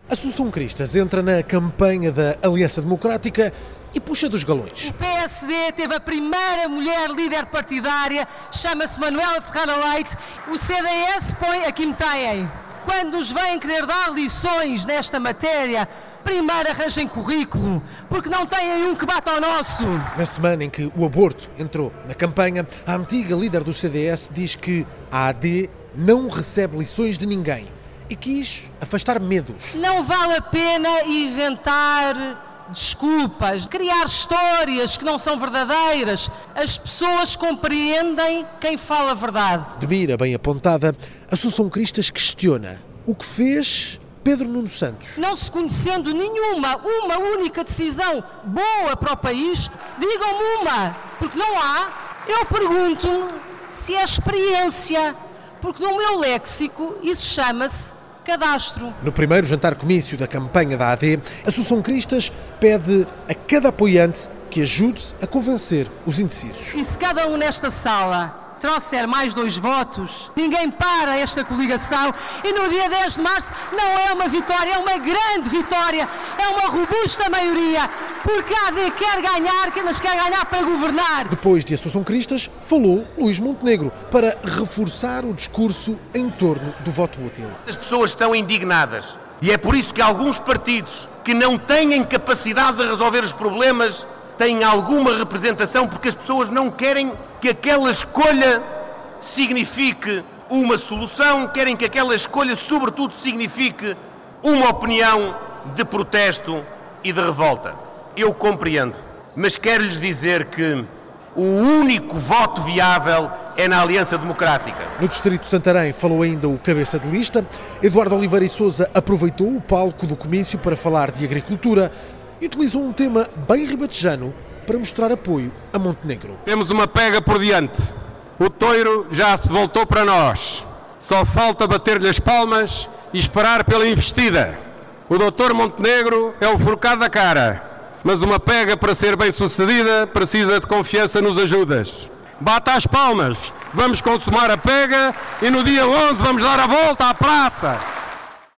Assunção Cristas entra na campanha da Aliança Democrática e puxa dos galões. O PSD teve a primeira mulher líder partidária, chama-se Manuela Ferreira Leite. O CDS põe, aqui me têm, quando nos vêm querer dar lições nesta matéria, primeiro arranjem currículo, porque não têm aí um que bata ao nosso. Na semana em que o aborto entrou na campanha, a antiga líder do CDS diz que a AD não recebe lições de ninguém e quis afastar medos. Não vale a pena inventar desculpas, criar histórias que não são verdadeiras. As pessoas compreendem quem fala a verdade. De mira bem apontada, Assunção Cristas questiona o que fez Pedro Nuno Santos. Não se conhecendo uma única decisão boa para o país, digam-me uma, porque não há. Eu pergunto-me se é experiência, porque no meu léxico isso chama-se cadastro. No primeiro jantar-comício da campanha da AD, Assunção Cristas pede a cada apoiante que ajude a convencer os indecisos. E se cada um nesta sala trouxer mais 2 votos, ninguém para esta coligação e no dia 10 de março não é uma vitória, é uma grande vitória, é uma robusta maioria, porque a AD quer ganhar, mas quer ganhar para governar. Depois de Assunção Cristas, falou Luís Montenegro para reforçar o discurso em torno do voto útil. As pessoas estão indignadas e é por isso que alguns partidos que não têm capacidade de resolver os problemas têm alguma representação, porque as pessoas não querem que aquela escolha signifique uma solução, querem que aquela escolha, sobretudo, signifique uma opinião de protesto e de revolta. Eu compreendo, mas quero-lhes dizer que o único voto viável é na Aliança Democrática. No distrito de Santarém falou ainda o cabeça de lista. Eduardo Oliveira e Sousa aproveitou o palco do comício para falar de agricultura e utilizou um tema bem ribatejano para mostrar apoio a Montenegro. Temos uma pega por diante. O touro já se voltou para nós. Só falta bater-lhe as palmas e esperar pela investida. O doutor Montenegro é o forcado da cara, mas uma pega para ser bem sucedida precisa de confiança nos ajudas. Bata as palmas, vamos consumar a pega e no dia 11 vamos dar a volta à praça.